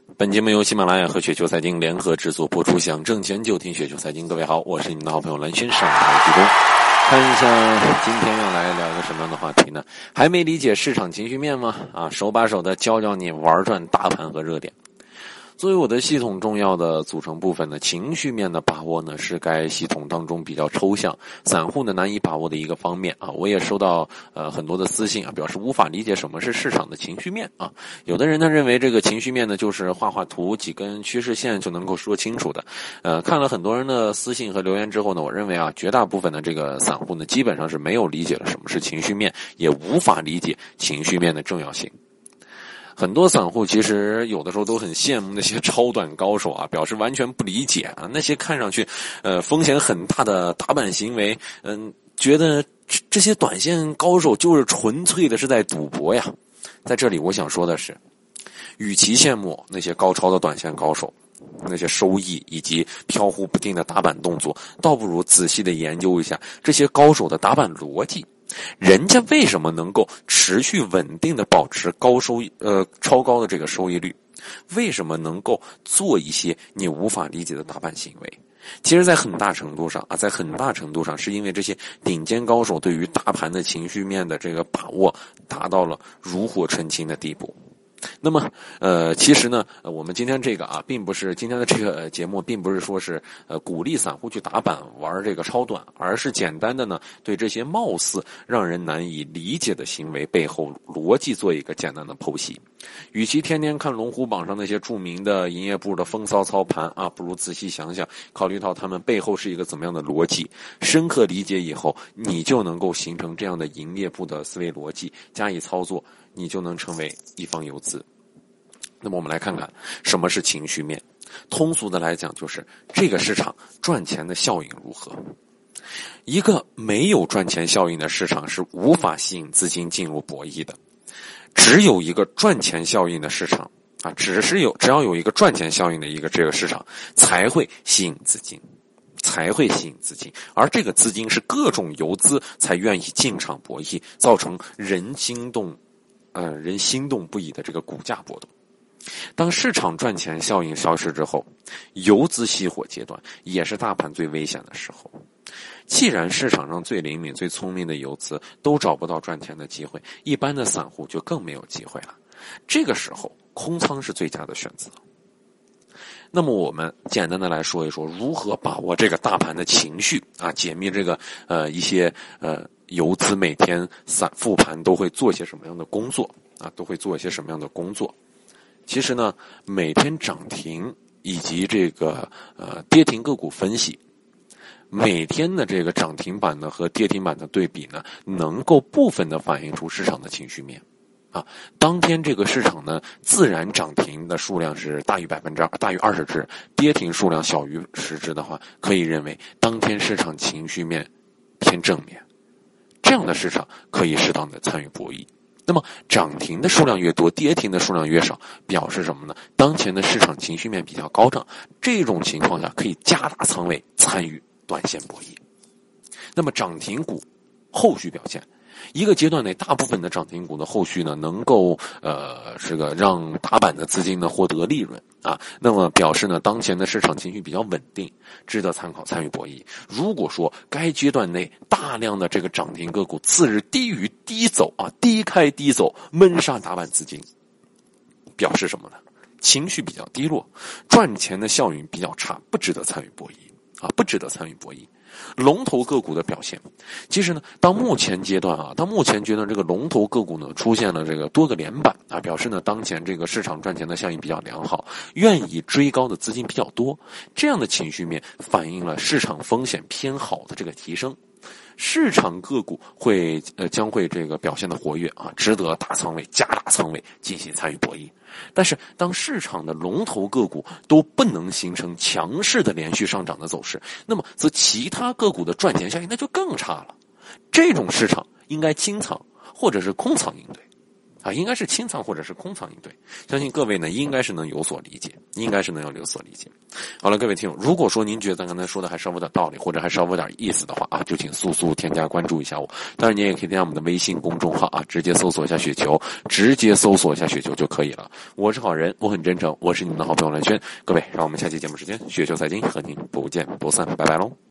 本节目由喜马拉雅和雪球财经联合制作播出，想挣钱就听雪球财经。各位好，我是你们的好朋友蓝轩，上台鞠躬。看一下今天要来聊一个什么样的话题呢？还没理解市场情绪面吗？手把手的教教你玩转大盘和热点。作为我的系统重要的组成部分呢，情绪面的把握呢是该系统当中比较抽象、散户呢难以把握的一个方面啊。我也收到很多的私信啊，表示无法理解什么是市场的情绪面啊。有的人呢认为这个情绪面呢就是画画图、几根趋势线就能够说清楚的。看了很多人的私信和留言之后呢，我认为啊，绝大部分的这个散户呢基本上是没有理解了什么是情绪面，也无法理解情绪面的重要性。很多散户其实有的时候都很羡慕那些超短高手啊，表示完全不理解啊，那些看上去风险很大的打板行为，觉得这些短线高手就是纯粹的是在赌博呀。在这里我想说的是，与其羡慕那些高超的短线高手，那些收益以及飘忽不定的打板动作，倒不如仔细的研究一下这些高手的打板逻辑。人家为什么能够持续稳定的保持超高的这个收益率？为什么能够做一些你无法理解的打板行为？其实在很大程度上是因为这些顶尖高手对于大盘的情绪面的这个把握达到了炉火纯青的地步。那么其实呢我们今天这个并不是今天的这个节目并不是说是鼓励散户去打板玩这个超短，而是简单的呢对这些貌似让人难以理解的行为背后逻辑做一个简单的剖析。与其天天看龙虎榜上那些著名的营业部的风骚操盘不如仔细想想，考虑到他们背后是一个怎么样的逻辑，深刻理解以后，你就能够形成这样的营业部的思维逻辑，加以操作，你就能成为一方游资。那么我们来看看什么是情绪面。通俗的来讲，就是这个市场赚钱的效应如何。一个没有赚钱效应的市场是无法吸引资金进入博弈的。只有一个赚钱效应的市场只要有一个赚钱效应的一个这个市场，才会吸引资金，而这个资金是各种游资才愿意进场博弈，造成人心动不已的这个股价波动。当市场赚钱效应消失之后，游资熄火阶段也是大盘最危险的时候。既然市场上最灵敏、最聪明的游资都找不到赚钱的机会，一般的散户就更没有机会了。这个时候，空仓是最佳的选择。那么我们简单的来说一说如何把握这个大盘的情绪解密这个一些游资每天复盘都会做些什么样的工作其实呢，每天涨停以及这个跌停个股分析，每天的这个涨停板呢和跌停板的对比呢，能够部分的反映出市场的情绪面当天这个市场呢，自然涨停的数量是大于20只，跌停数量小于10只的话，可以认为当天市场情绪面偏正面，这样的市场可以适当的参与博弈。那么涨停的数量越多，跌停的数量越少，表示什么呢？当前的市场情绪面比较高涨，这种情况下可以加大仓位参与短线博弈。那么涨停股后续表现，一个阶段内大部分的涨停股的后续呢，能够让打板的资金呢获得利润那么表示呢当前的市场情绪比较稳定，值得参考参与博弈。如果说该阶段内大量的这个涨停个股次日低于低走低开低走，闷杀打板资金，表示什么呢？情绪比较低落，赚钱的效应比较差，不值得参与博弈。龙头个股的表现，其实呢，到目前阶段这个龙头个股呢出现了这个多个连板表示呢当前这个市场赚钱的效应比较良好，愿意追高的资金比较多，这样的情绪面反映了市场风险偏好的这个提升。市场个股将会这个表现的活跃值得加大仓位进行参与博弈。但是当市场的龙头个股都不能形成强势的连续上涨的走势，那么则其他个股的赚钱效应那就更差了。这种市场应该清仓或者是空仓应对。 啊，应该是清仓或者是空仓应对，相信各位呢应该是能有所理解，好了，各位听友，如果说您觉得刚才说的还稍微有点道理，或者还稍微有点意思的话啊，就请速速添加关注一下我。当然，您也可以添加我们的微信公众号啊，直接搜索一下雪球就可以了。我是好人，我很真诚，我是你们的好朋友蓝轩。各位，让我们下期节目时间雪球财经和您不见不散，拜拜喽。